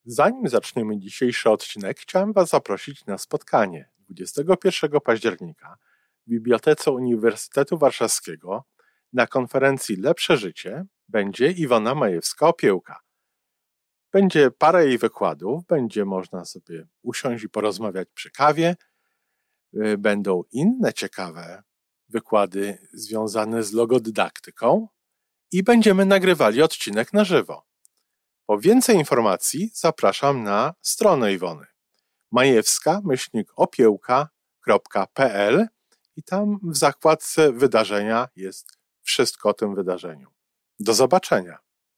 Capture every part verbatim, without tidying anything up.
Zanim zaczniemy dzisiejszy odcinek, chciałem Was zaprosić na spotkanie dwudziestego pierwszego października w Bibliotece Uniwersytetu Warszawskiego. Na konferencji Lepsze Życie będzie Iwona Majewska-Opiełka. Będzie parę jej wykładów, będzie można sobie usiąść i porozmawiać przy kawie. Będą inne ciekawe wykłady związane z logodydaktyką i będziemy nagrywali odcinek na żywo. Po więcej informacji zapraszam na stronę Iwony majewska myślnik opiełka kropka p l i tam w zakładce wydarzenia jest wszystko o tym wydarzeniu. Do zobaczenia.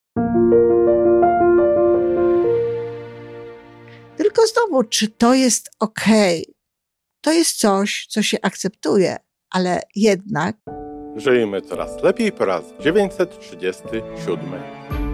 Tylko znowu, czy to jest okej? To jest coś, co się akceptuje, ale jednak... Żyjmy coraz lepiej po raz dziewięćset trzydziesty siódmy.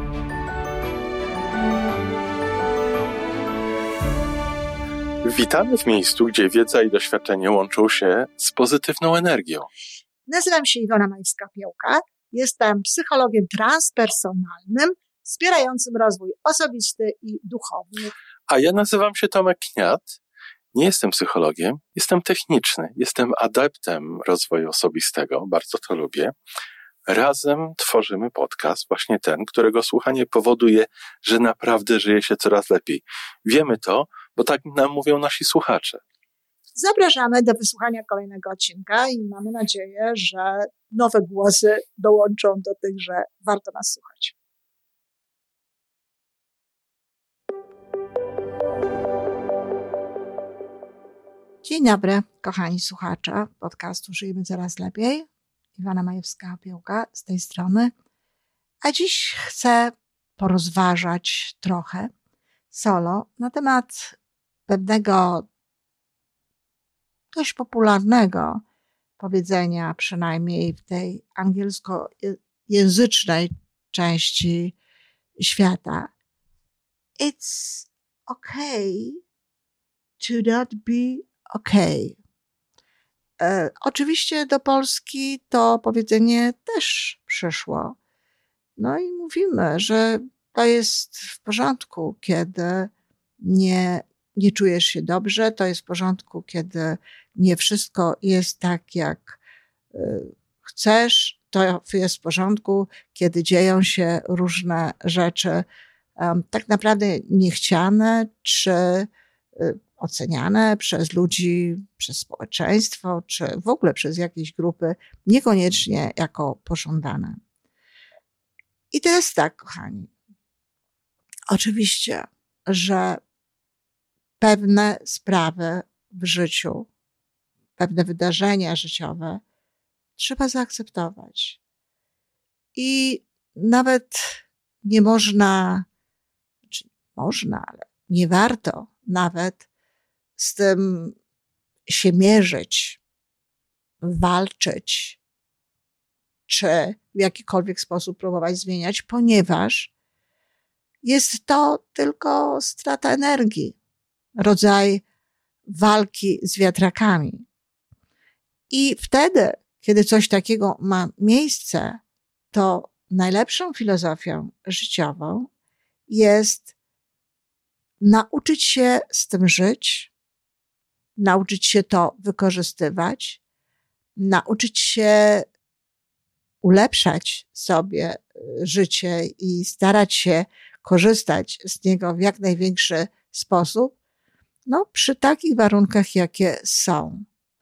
Witamy w miejscu, gdzie wiedza i doświadczenie łączą się z pozytywną energią. Nazywam się Iwona Majewska-Opiełka. Jestem psychologiem transpersonalnym, wspierającym rozwój osobisty i duchowy. A ja nazywam się Tomek Kniat. Nie jestem psychologiem, jestem techniczny, jestem adeptem rozwoju osobistego, bardzo to lubię. Razem tworzymy podcast, właśnie ten, którego słuchanie powoduje, że naprawdę żyje się coraz lepiej. Wiemy to, bo tak nam mówią nasi słuchacze. Zapraszamy do wysłuchania kolejnego odcinka i mamy nadzieję, że nowe głosy dołączą do tych, że warto nas słuchać. Dzień dobry, kochani słuchacze podcastu Żyjmy Coraz Lepiej. Iwona Majewska-Opiełka z tej strony. A dziś chcę porozważać trochę solo na temat pewnego dość popularnego powiedzenia, przynajmniej w tej angielskojęzycznej części świata. It's okay to not be okay. E, oczywiście do Polski to powiedzenie też przyszło. No i mówimy, że to jest w porządku, kiedy nie, nie czujesz się dobrze, to jest w porządku, kiedy nie wszystko jest tak, jak y, chcesz, to jest w porządku, kiedy dzieją się różne rzeczy um, tak naprawdę niechciane, czy y, oceniane przez ludzi, przez społeczeństwo, czy w ogóle przez jakieś grupy, niekoniecznie jako pożądane. I teraz tak, kochani. Oczywiście, że pewne sprawy w życiu, pewne wydarzenia życiowe trzeba zaakceptować. I nawet nie można, czy można, ale nie warto nawet z tym się mierzyć, walczyć, czy w jakikolwiek sposób próbować zmieniać, ponieważ jest to tylko strata energii, rodzaj walki z wiatrakami. I wtedy, kiedy coś takiego ma miejsce, to najlepszą filozofią życiową jest nauczyć się z tym żyć, nauczyć się to wykorzystywać, nauczyć się ulepszać sobie życie i starać się korzystać z niego w jak największy sposób, no przy takich warunkach, jakie są.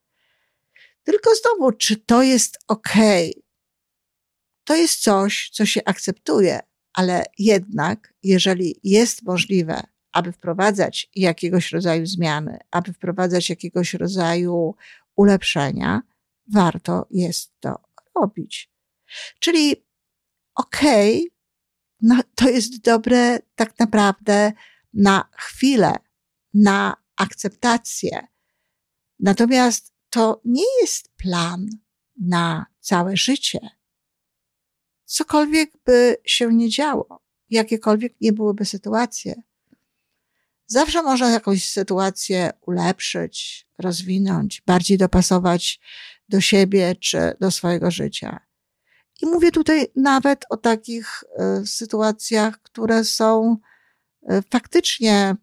Tylko znowu, czy to jest okej? To jest coś, co się akceptuje, ale jednak, jeżeli jest możliwe, aby wprowadzać jakiegoś rodzaju zmiany, aby wprowadzać jakiegoś rodzaju ulepszenia, warto jest to robić. Czyli okej, no to jest dobre tak naprawdę na chwilę, na akceptację. Natomiast to nie jest plan na całe życie. Cokolwiek by się nie działo, jakiekolwiek nie byłyby sytuacje, zawsze można jakąś sytuację ulepszyć, rozwinąć, bardziej dopasować do siebie czy do swojego życia. I mówię tutaj nawet o takich y, sytuacjach, które są faktycznie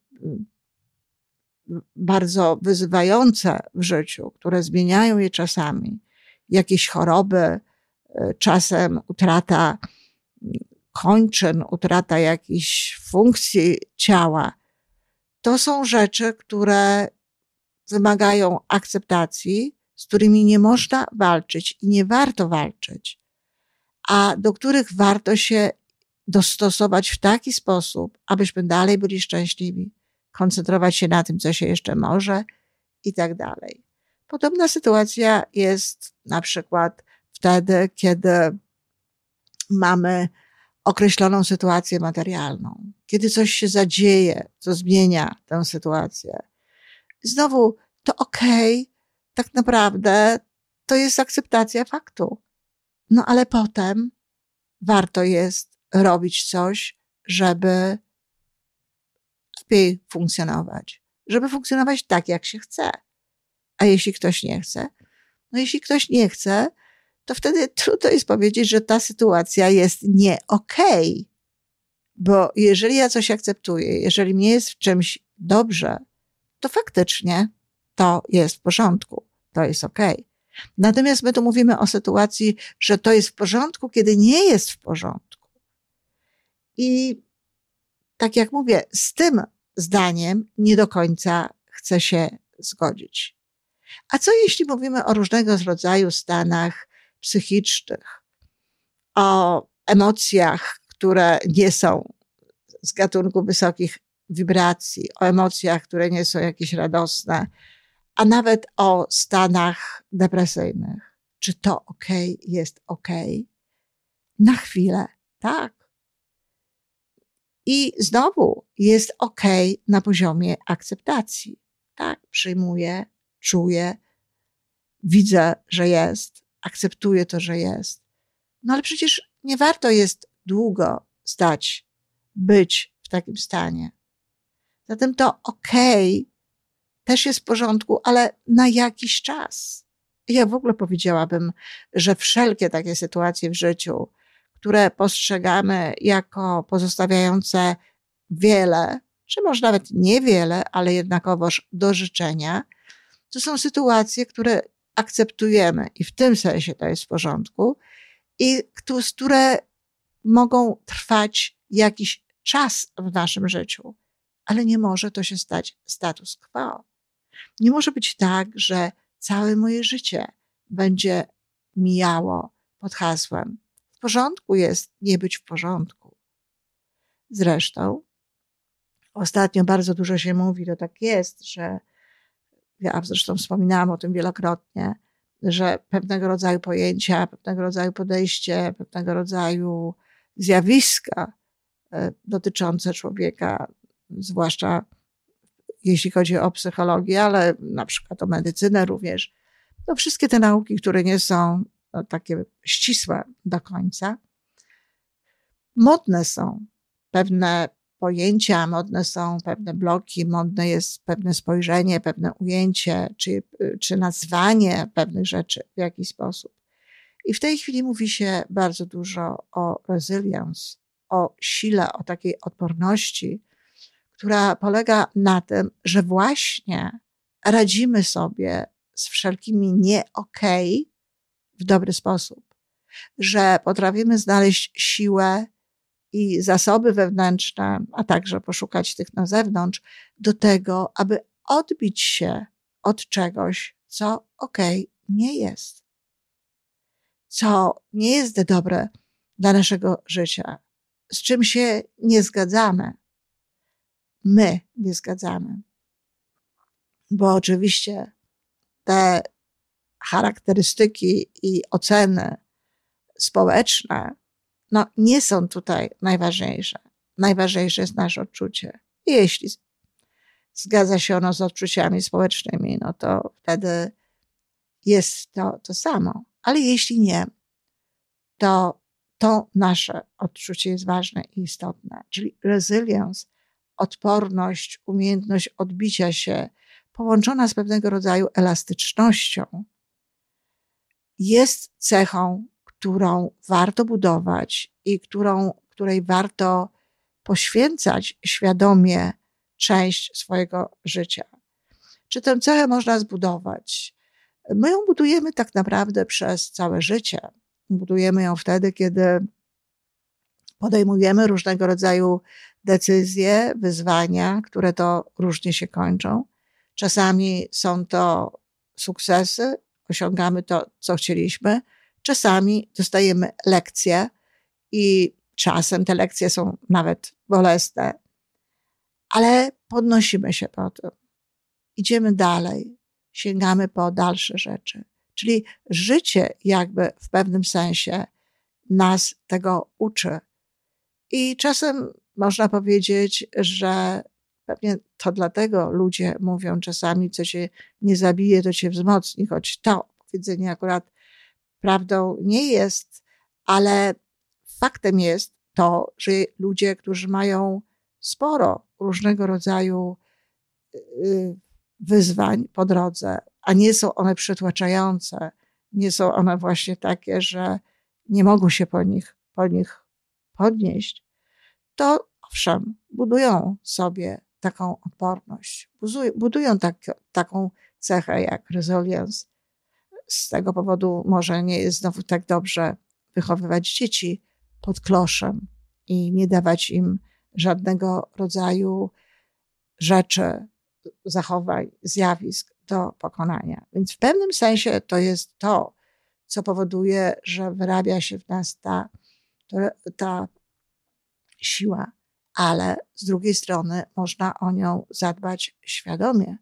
bardzo wyzywające w życiu, które zmieniają je czasami, jakieś choroby, czasem utrata kończyn, utrata jakichś funkcji ciała, to są rzeczy, które wymagają akceptacji, z którymi nie można walczyć i nie warto walczyć, a do których warto się dostosować w taki sposób, abyśmy dalej byli szczęśliwi, koncentrować się na tym, co się jeszcze może i tak dalej. Podobna sytuacja jest na przykład wtedy, kiedy mamy określoną sytuację materialną, kiedy coś się zadzieje, co zmienia tę sytuację. Znowu, to okej, okay, tak naprawdę to jest akceptacja faktu. No ale potem warto jest robić coś, żeby lepiej funkcjonować, żeby funkcjonować tak, jak się chce. A jeśli ktoś nie chce? No jeśli ktoś nie chce, to wtedy trudno jest powiedzieć, że ta sytuacja jest nie okej. Bo jeżeli ja coś akceptuję, jeżeli mnie jest w czymś dobrze, to faktycznie to jest w porządku, to jest okej. Natomiast my tu mówimy o sytuacji, że to jest w porządku, kiedy nie jest w porządku. I tak jak mówię, z tym zdaniem nie do końca chcę się zgodzić. A co jeśli mówimy o różnego rodzaju stanach psychicznych, o emocjach, które nie są z gatunku wysokich wibracji, o emocjach, które nie są jakieś radosne, a nawet o stanach depresyjnych. Czy to okej jest okej? Na chwilę, tak. I znowu jest okej na poziomie akceptacji. Tak, przyjmuję, czuję, widzę, że jest, akceptuję to, że jest. No ale przecież nie warto jest długo stać, być w takim stanie. Zatem to okej też jest w porządku, ale na jakiś czas. Ja w ogóle powiedziałabym, że wszelkie takie sytuacje w życiu, które postrzegamy jako pozostawiające wiele, czy może nawet niewiele, ale jednakowoż do życzenia, to są sytuacje, które akceptujemy i w tym sensie to jest w porządku i które mogą trwać jakiś czas w naszym życiu, ale nie może to się stać status quo. Nie może być tak, że całe moje życie będzie mijało pod hasłem w porządku jest nie być w porządku. Zresztą ostatnio bardzo dużo się mówi, to tak jest, że ja zresztą wspominałam o tym wielokrotnie, że pewnego rodzaju pojęcia, pewnego rodzaju podejście, pewnego rodzaju zjawiska dotyczące człowieka, zwłaszcza jeśli chodzi o psychologię, ale na przykład o medycynę również, to wszystkie te nauki, które nie są takie ścisłe do końca, modne są pewne pojęcia, modne są pewne bloki, modne jest pewne spojrzenie, pewne ujęcie, czy, czy nazwanie pewnych rzeczy w jakiś sposób. I w tej chwili mówi się bardzo dużo o resilience, o sile, o takiej odporności, która polega na tym, że właśnie radzimy sobie z wszelkimi nie okej w dobry sposób, że potrafimy znaleźć siłę i zasoby wewnętrzne, a także poszukać tych na zewnątrz, do tego, aby odbić się od czegoś, co okej nie jest, co nie jest dobre dla naszego życia, z czym się nie zgadzamy. My nie zgadzamy. Bo oczywiście te charakterystyki i oceny społeczne no, nie są tutaj najważniejsze. Najważniejsze jest nasze odczucie. I jeśli zgadza się ono z odczuciami społecznymi, no to wtedy jest to to samo. Ale jeśli nie, to to nasze odczucie jest ważne i istotne. Czyli resilience, odporność, umiejętność odbicia się, połączona z pewnego rodzaju elastycznością, jest cechą, którą warto budować i którą, której warto poświęcać świadomie część swojego życia. Czy tę cechę można zbudować? My ją budujemy tak naprawdę przez całe życie. Budujemy ją wtedy, kiedy podejmujemy różnego rodzaju decyzje, wyzwania, które to różnie się kończą. Czasami są to sukcesy, osiągamy to, co chcieliśmy. Czasami dostajemy lekcje i czasem te lekcje są nawet bolesne, ale podnosimy się po tym. Idziemy dalej, sięgamy po dalsze rzeczy. Czyli życie jakby w pewnym sensie nas tego uczy. I czasem można powiedzieć, że pewnie to dlatego ludzie mówią czasami, co cię nie zabije, to cię wzmocni, choć to powiedzenie akurat prawdą nie jest, ale faktem jest to, że ludzie, którzy mają sporo różnego rodzaju wyzwań po drodze, a nie są one przytłaczające, nie są one właśnie takie, że nie mogą się po nich, po nich podnieść, to owszem, budują sobie taką odporność, budują tak, taką cechę jak resilience. Z tego powodu może nie jest znowu tak dobrze wychowywać dzieci pod kloszem i nie dawać im żadnego rodzaju rzeczy, zachowań, zjawisk do pokonania. Więc w pewnym sensie to jest to, co powoduje, że wyrabia się w nas ta, ta siła, ale z drugiej strony można o nią zadbać świadomie.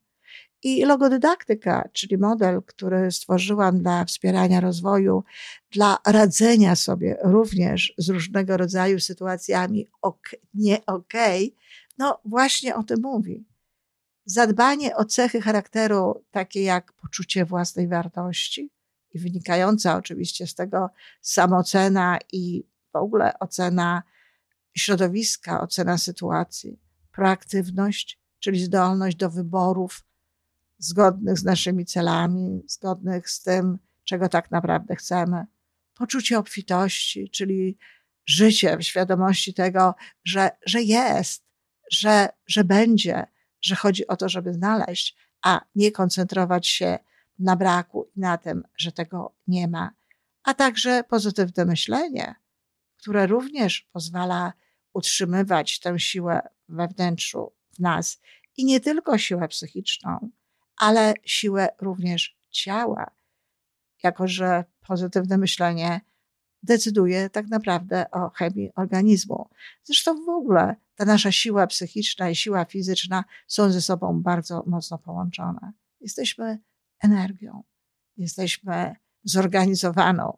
I logodydaktyka, czyli model, który stworzyłam dla wspierania rozwoju, dla radzenia sobie również z różnego rodzaju sytuacjami ok, nie okej, no właśnie o tym mówi. Zadbanie o cechy charakteru, takie jak poczucie własnej wartości i wynikająca oczywiście z tego samoocena i w ogóle ocena środowiska, ocena sytuacji, proaktywność, czyli zdolność do wyborów zgodnych z naszymi celami, zgodnych z tym, czego tak naprawdę chcemy. Poczucie obfitości, czyli życie w świadomości tego, że, że jest, że, że będzie, że chodzi o to, żeby znaleźć, a nie koncentrować się na braku i na tym, że tego nie ma. A także pozytywne myślenie, które również pozwala utrzymywać tę siłę we wnętrzu w nas i nie tylko siłę psychiczną, ale siłę również ciała, jako że pozytywne myślenie decyduje tak naprawdę o chemii organizmu. Zresztą w ogóle ta nasza siła psychiczna i siła fizyczna są ze sobą bardzo mocno połączone. Jesteśmy energią, jesteśmy zorganizowaną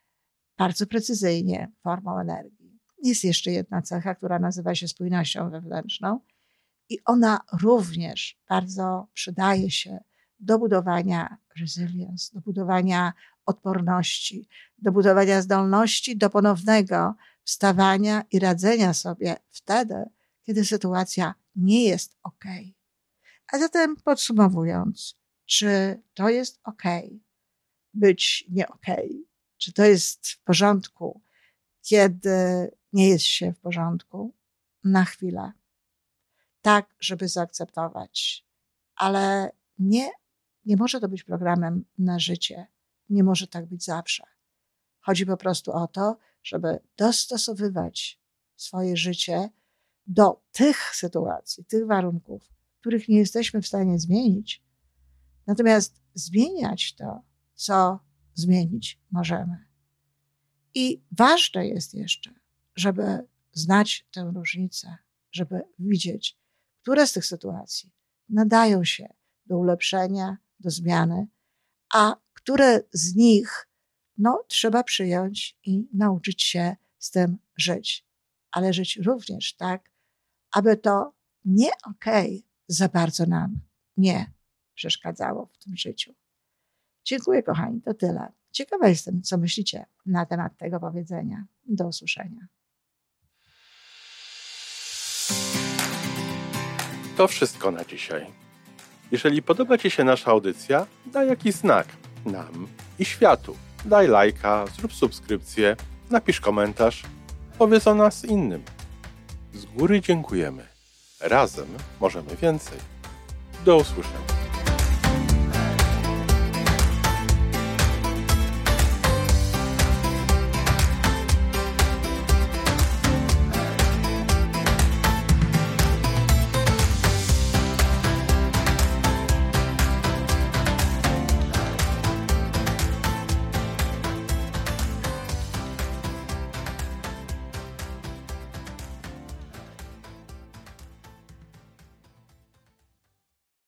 bardzo precyzyjnie formą energii. Jest jeszcze jedna cecha, która nazywa się spójnością wewnętrzną i ona również bardzo przydaje się do budowania resilience, do budowania odporności, do budowania zdolności do ponownego wstawania i radzenia sobie wtedy, kiedy sytuacja nie jest okej. A zatem podsumowując, czy to jest okej być nie okej? Czy to jest w porządku, kiedy nie jest się w porządku? Na chwilę. Tak, żeby zaakceptować. Ale nie, nie może to być programem na życie. Nie może tak być zawsze. Chodzi po prostu o to, żeby dostosowywać swoje życie do tych sytuacji, tych warunków, których nie jesteśmy w stanie zmienić. Natomiast zmieniać to, co zmienić możemy. I ważne jest jeszcze, żeby znać tę różnicę, żeby widzieć, które z tych sytuacji nadają się do ulepszenia, do zmiany, a które z nich no, trzeba przyjąć i nauczyć się z tym żyć. Ale żyć również tak, aby to nie okej za bardzo nam nie przeszkadzało w tym życiu. Dziękuję, kochani, to tyle. Ciekawa jestem, co myślicie na temat tego powiedzenia. Do usłyszenia. To wszystko na dzisiaj. Jeżeli podoba Ci się nasza audycja, daj jakiś znak nam i światu. Daj lajka, zrób subskrypcję, napisz komentarz, powiedz o nas innym. Z góry dziękujemy. Razem możemy więcej. Do usłyszenia.